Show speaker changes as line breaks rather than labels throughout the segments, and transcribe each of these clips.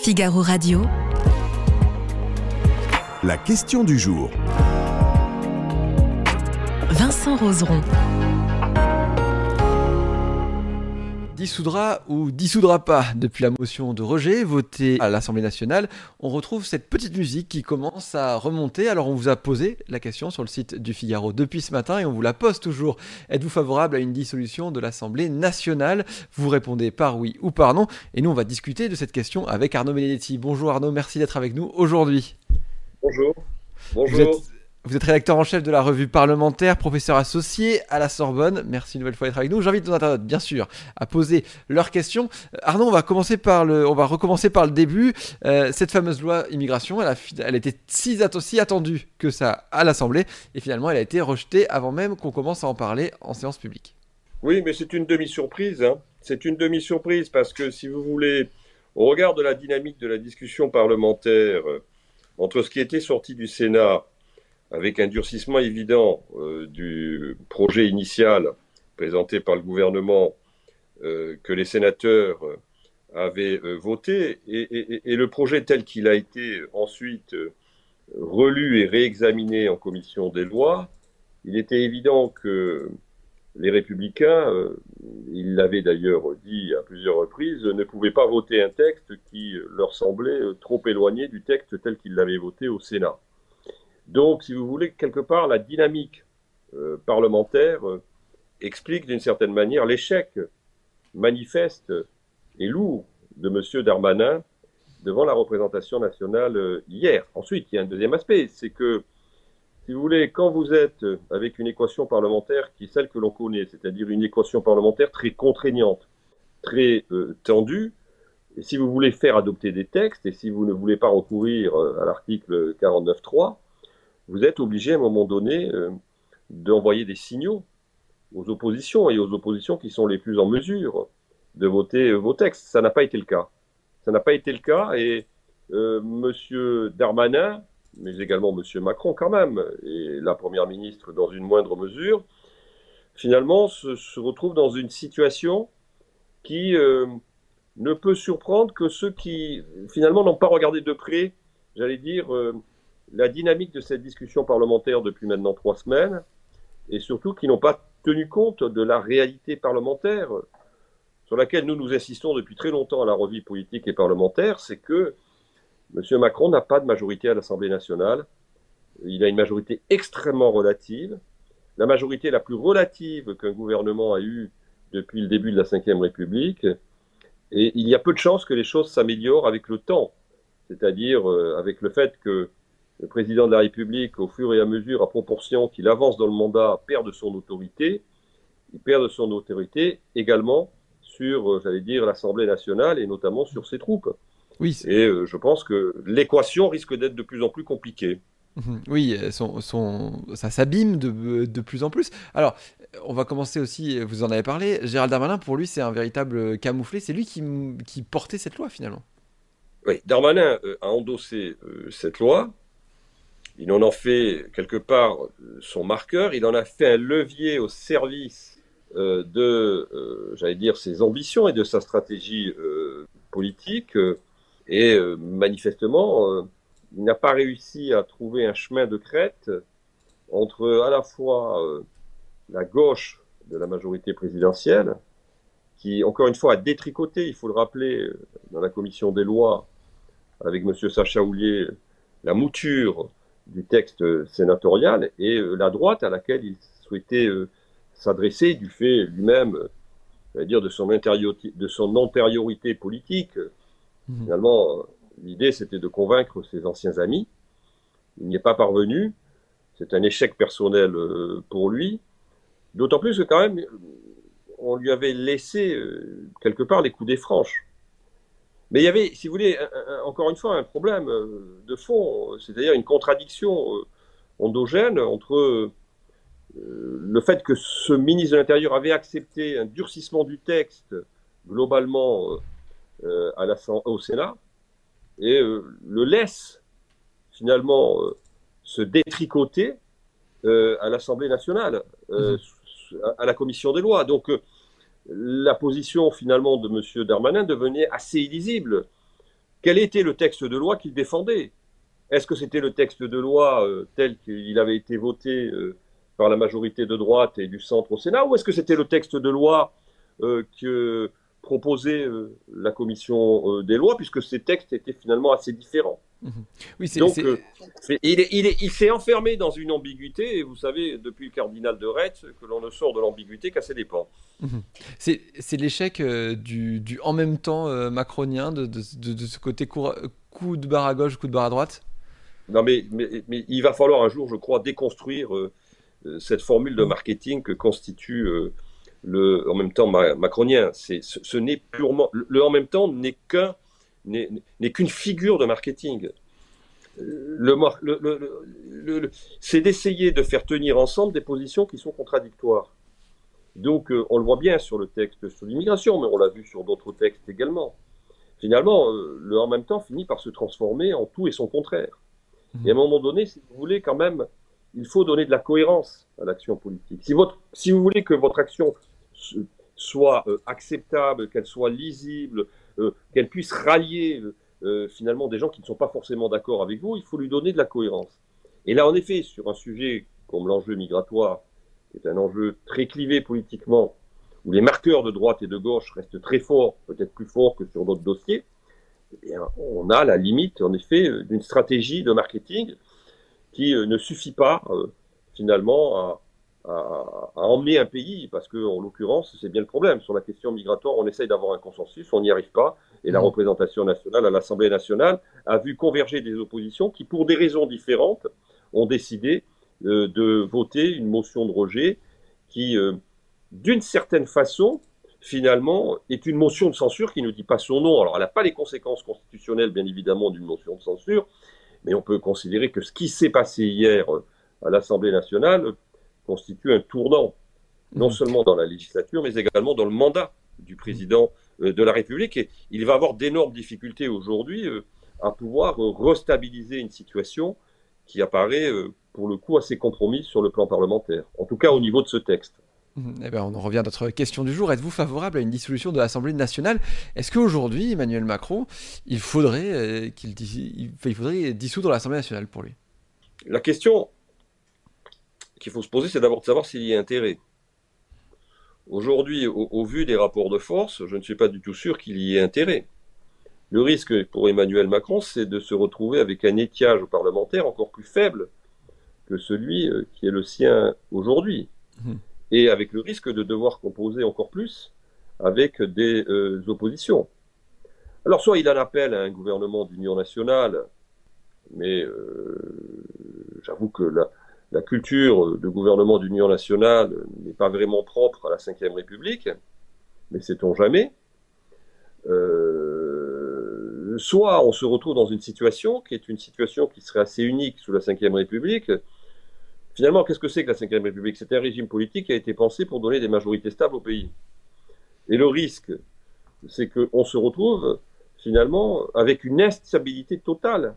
Figaro Radio.
La question du jour.
Vincent Roseron.
Dissoudra ou dissoudra pas. Depuis la motion de rejet votée à l'Assemblée nationale, on retrouve cette petite musique qui commence à remonter. Alors on vous a posé la question sur le site du Figaro depuis ce matin et on vous la pose toujours. Êtes-vous favorable à une dissolution de l'Assemblée nationale ? Vous répondez par oui ou par non. Et nous on va discuter de cette question avec Arnaud Benedetti. Bonjour Arnaud, merci d'être avec nous aujourd'hui.
Bonjour. Bonjour.
Vous êtes rédacteur en chef de la revue parlementaire, professeur associé à la Sorbonne. Merci une nouvelle fois d'être avec nous. J'invite nos internautes, bien sûr, à poser leurs questions. Arnaud, on va recommencer par le début. Cette fameuse loi immigration, elle était si attendue que ça à l'Assemblée. Et finalement, elle a été rejetée avant même qu'on commence à en parler en séance publique.
Oui, mais c'est une demi-surprise. C'est une demi-surprise parce que, si vous voulez, au regard de la dynamique de la discussion parlementaire, entre ce qui était sorti du Sénat, avec un durcissement évident du projet initial présenté par le gouvernement que les sénateurs avaient voté, et le projet tel qu'il a été ensuite relu et réexaminé en commission des lois, il était évident que les Républicains, ils l'avaient d'ailleurs dit à plusieurs reprises, ne pouvaient pas voter un texte qui leur semblait trop éloigné du texte tel qu'ils l'avaient voté au Sénat. Donc, si vous voulez, quelque part, la dynamique parlementaire explique d'une certaine manière l'échec manifeste et lourd de M. Darmanin devant la représentation nationale hier. Ensuite, il y a un deuxième aspect, c'est que, si vous voulez, quand vous êtes avec une équation parlementaire qui est celle que l'on connaît, c'est-à-dire une équation parlementaire très contraignante, très tendue, et si vous voulez faire adopter des textes, et si vous ne voulez pas recourir à l'article 49.3, vous êtes obligé à un moment donné d'envoyer des signaux aux oppositions, et aux oppositions qui sont les plus en mesure de voter vos textes. Ça n'a pas été le cas. Ça n'a pas été le cas, et M. Darmanin, mais également M. Macron quand même, et la Première ministre dans une moindre mesure, finalement se retrouve dans une situation qui ne peut surprendre que ceux qui finalement n'ont pas regardé de près, j'allais dire, la dynamique de cette discussion parlementaire depuis maintenant 3 semaines, et surtout qui n'ont pas tenu compte de la réalité parlementaire sur laquelle nous insistons depuis très longtemps à la revue politique et parlementaire, c'est que M. Macron n'a pas de majorité à l'Assemblée nationale. Il a une majorité extrêmement relative, la majorité la plus relative qu'un gouvernement a eue depuis le début de la Ve République, et il y a peu de chances que les choses s'améliorent avec le temps, c'est-à-dire avec le fait que le président de la République, au fur et à mesure, à proportion qu'il avance dans le mandat, perd de son autorité. Il perd de son autorité également sur, j'allais dire, l'Assemblée nationale et notamment sur ses troupes.
Oui,
et je pense que l'équation risque d'être de plus en plus compliquée.
Oui, ça s'abîme de plus en plus. Alors, on va commencer aussi, vous en avez parlé, Gérald Darmanin, pour lui, c'est un véritable camouflet. C'est lui qui portait cette loi, finalement.
Oui, Darmanin a endossé cette loi. Il en a fait quelque part son marqueur, il en a fait un levier au service j'allais dire, ses ambitions et de sa stratégie politique. Et manifestement, il n'a pas réussi à trouver un chemin de crête entre à la fois la gauche de la majorité présidentielle, qui encore une fois a détricoté, il faut le rappeler, dans la commission des lois, avec M. Sacha Houlié, la mouture du texte sénatorial, et la droite à laquelle il souhaitait s'adresser du fait lui-même, j'allais dire, de son antériorité politique. Finalement, l'idée c'était de convaincre ses anciens amis. Il n'y est pas parvenu. C'est un échec personnel pour lui. D'autant plus que quand même, on lui avait laissé quelque part les coudées franches. Mais il y avait, si vous voulez, encore une fois, un problème de fond, c'est-à-dire une contradiction endogène entre le fait que ce ministre de l'Intérieur avait accepté un durcissement du texte globalement au Sénat et le laisse finalement se détricoter à l'Assemblée nationale, à la commission des lois. Donc la position finalement de M. Darmanin devenait assez illisible. quel était le texte de loi qu'il défendait. Est-ce que c'était le texte de loi tel qu'il avait été voté par la majorité de droite et du centre au Sénat, ou est-ce que c'était le texte de loi que proposait la commission des lois, puisque ces textes étaient finalement assez différents.
Oui,
Donc, il s'est enfermé dans une ambiguïté, et vous savez, depuis le cardinal de Retz, que l'on ne sort de l'ambiguïté qu'à ses dépens.
C'est l'échec du en même temps macronien, de ce côté coup de barre à gauche, coup de barre à droite.
Non, mais il va falloir un jour, je crois, déconstruire cette formule de marketing que constitue le en même temps macronien. Ce n'est purement le en même temps n'est qu'une figure de marketing. C'est d'essayer de faire tenir ensemble des positions qui sont contradictoires. Donc, on le voit bien sur le texte sur l'immigration, mais on l'a vu sur d'autres textes également. Finalement, le en même temps finit par se transformer en tout et son contraire. Et à un moment donné, si vous voulez, quand même, il faut donner de la cohérence à l'action politique. Si vous voulez que votre action soit acceptable, qu'elle soit lisible, qu'elle puisse rallier finalement des gens qui ne sont pas forcément d'accord avec vous, il faut lui donner de la cohérence. Et là, en effet, sur un sujet comme l'enjeu migratoire, qui est un enjeu très clivé politiquement, où les marqueurs de droite et de gauche restent très forts, peut-être plus forts que sur d'autres dossiers, eh bien, on a la limite, en effet, d'une stratégie de marketing qui ne suffit pas, finalement, à emmener un pays, parce que, en l'occurrence, c'est bien le problème. Sur la question migratoire, on essaye d'avoir un consensus, on n'y arrive pas, et la représentation nationale à l'Assemblée nationale a vu converger des oppositions qui, pour des raisons différentes, ont décidé de voter une motion de rejet qui, d'une certaine façon, finalement, est une motion de censure qui ne dit pas son nom. Alors, elle n'a pas les conséquences constitutionnelles, bien évidemment, d'une motion de censure, mais on peut considérer que ce qui s'est passé hier à l'Assemblée nationale constitue un tournant, non seulement dans la législature, mais également dans le mandat du président de la République. Et il va avoir d'énormes difficultés aujourd'hui à pouvoir restabiliser une situation qui apparaît, pour le coup, assez compromise sur le plan parlementaire, en tout cas au niveau de ce texte.
Eh bien, on en revient à notre question du jour. Êtes-vous favorable à une dissolution de l'Assemblée nationale? Est-ce qu'aujourd'hui, Emmanuel Macron, il faudrait dissoudre l'Assemblée nationale pour lui?
La question qu'il faut se poser, c'est d'abord de savoir s'il y a intérêt. Aujourd'hui, au vu des rapports de force, je ne suis pas du tout sûr qu'il y ait intérêt. Le risque pour Emmanuel Macron, c'est de se retrouver avec un étiage parlementaire encore plus faible que celui qui est le sien aujourd'hui. Et avec le risque de devoir composer encore plus avec des oppositions. Alors, soit il en appelle à un gouvernement d'union nationale, mais j'avoue que la culture de gouvernement d'union nationale n'est pas vraiment propre à la Ve République, mais sait-on jamais. Soit on se retrouve dans une situation qui est une situation qui serait assez unique sous la Ve République. Finalement, qu'est-ce que c'est que la Ve République? C'est un régime politique qui a été pensé pour donner des majorités stables au pays. Et le risque, c'est qu'on se retrouve finalement avec une instabilité totale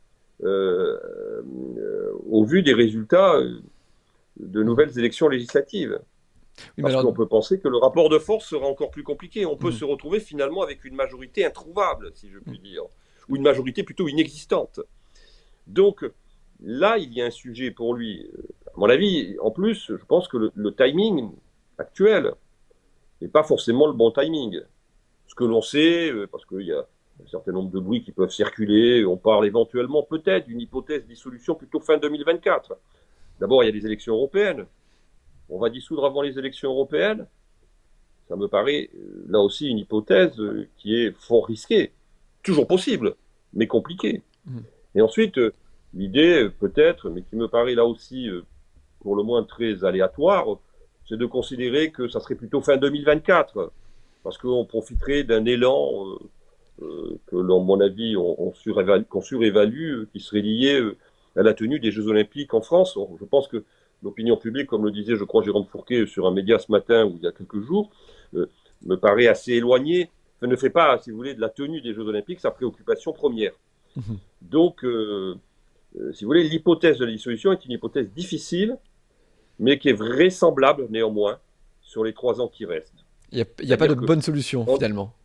au vu des résultats de nouvelles élections législatives. Oui, parce qu'on peut penser que le rapport de force sera encore plus compliqué. On peut se retrouver finalement avec une majorité introuvable, si je puis dire, ou une majorité plutôt inexistante. Donc, là, il y a un sujet pour lui. À mon avis, en plus, je pense que le timing actuel n'est pas forcément le bon timing. Ce que l'on sait, parce qu'il y a un certain nombre de bruits qui peuvent circuler, on parle éventuellement peut-être d'une hypothèse de dissolution plutôt fin 2024. D'abord, il y a les élections européennes. On va dissoudre avant les élections européennes. Ça me paraît, là aussi, une hypothèse qui est fort risquée. Toujours possible, mais compliquée. Et ensuite, l'idée, peut-être, mais qui me paraît là aussi, pour le moins très aléatoire, c'est de considérer que ça serait plutôt fin 2024, parce qu'on profiterait d'un élan que, à mon avis, qu'on surévalue, qui serait lié à la tenue des Jeux Olympiques en France. Je pense que l'opinion publique, comme le disait, je crois, Jérôme Fourquet sur un média ce matin ou il y a quelques jours, me paraît assez éloignée, ne fait pas, si vous voulez, de la tenue des Jeux Olympiques sa préoccupation première. Donc, si vous voulez, l'hypothèse de la dissolution est une hypothèse difficile, mais qui est vraisemblable néanmoins sur les 3 ans qui restent.
Il n'y a pas de bonne solution, finalement.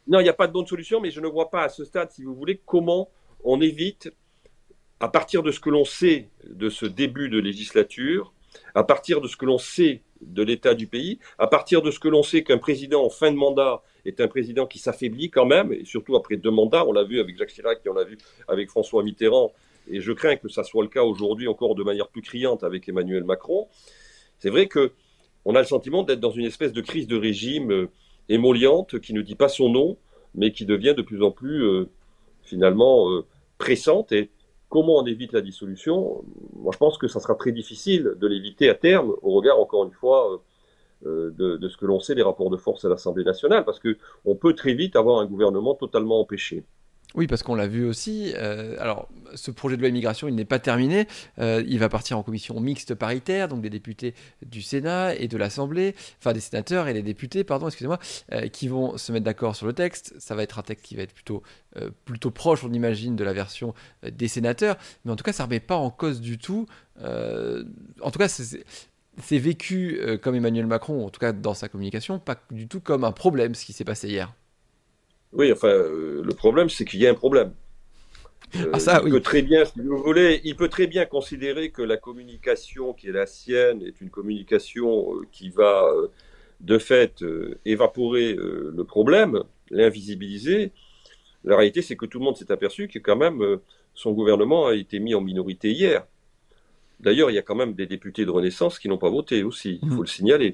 Non, il n'y a pas de bonne solution, mais je ne vois pas à ce stade, si vous voulez, comment on évite, à partir de ce que l'on sait de ce début de législature, à partir de ce que l'on sait de l'état du pays, à partir de ce que l'on sait qu'un président en fin de mandat est un président qui s'affaiblit quand même, et surtout après 2 mandats, on l'a vu avec Jacques Chirac et on l'a vu avec François Mitterrand, et je crains que ça soit le cas aujourd'hui encore de manière plus criante avec Emmanuel Macron. C'est vrai qu'on a le sentiment d'être dans une espèce de crise de régime émolliente qui ne dit pas son nom, mais qui devient de plus en plus finalement pressante. Et comment on évite la dissolution? Moi, je pense que ça sera très difficile de l'éviter à terme, au regard, encore une fois, de ce que l'on sait des rapports de force à l'Assemblée nationale, parce qu'on peut très vite avoir un gouvernement totalement empêché.
Oui, parce qu'on l'a vu aussi. Alors, ce projet de loi immigration, il n'est pas terminé. Il va partir en commission mixte paritaire, donc des députés du Sénat et de l'Assemblée, enfin des sénateurs et des députés, pardon, excusez-moi, qui vont se mettre d'accord sur le texte. Ça va être un texte qui va être plutôt proche, on imagine, de la version des sénateurs. Mais en tout cas, ça ne remet pas en cause du tout. En tout cas, c'est vécu comme Emmanuel Macron, en tout cas dans sa communication, pas du tout comme un problème, ce qui s'est passé hier.
Oui, enfin, le problème, c'est qu'il y a un problème.
Ah ça, oui.
Peut très bien, si vous voulez, il peut très bien considérer que la communication qui est la sienne est une communication qui va, de fait, évaporer le problème, l'invisibiliser. La réalité, c'est que tout le monde s'est aperçu que quand même, son gouvernement a été mis en minorité hier. D'ailleurs, il y a quand même des députés de Renaissance qui n'ont pas voté aussi, il faut le signaler.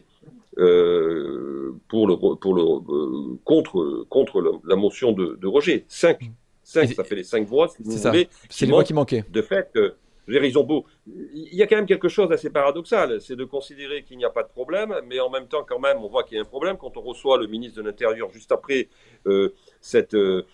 Contre la motion de rejet. 5, ça fait les 5 voix, si vous voulez.
C'est les voix qui manquaient.
De fait, ils ont beau. Il y a quand même quelque chose d'assez paradoxal, c'est de considérer qu'il n'y a pas de problème, mais en même temps, quand même, on voit qu'il y a un problème quand on reçoit le ministre de l'Intérieur juste après ce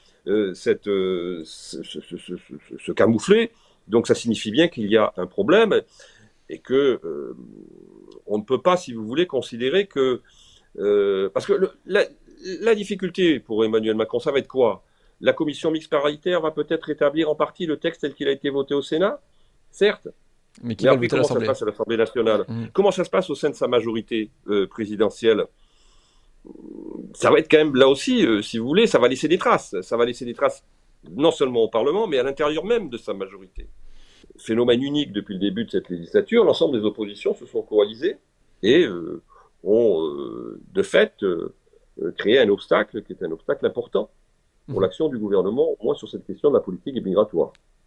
camouflet. Donc ça signifie bien qu'il y a un problème et que on ne peut pas, si vous voulez, considérer que... parce que la difficulté pour Emmanuel Macron, ça va être quoi? La commission mixte paritaire va peut-être établir en partie le texte tel qu'il a été voté au Sénat, certes.
Mais après,
comment ça se passe à l'Assemblée nationale? Comment ça se passe au sein de sa majorité présidentielle? Ça va être quand même, là aussi, si vous voulez, ça va laisser des traces. Ça va laisser des traces non seulement au Parlement, mais à l'intérieur même de sa majorité. Phénomène unique depuis le début de cette législature, l'ensemble des oppositions se sont coalisées et ont, de fait, créé un obstacle qui est un obstacle important pour l'action du gouvernement, au moins sur cette question de la politique migratoire.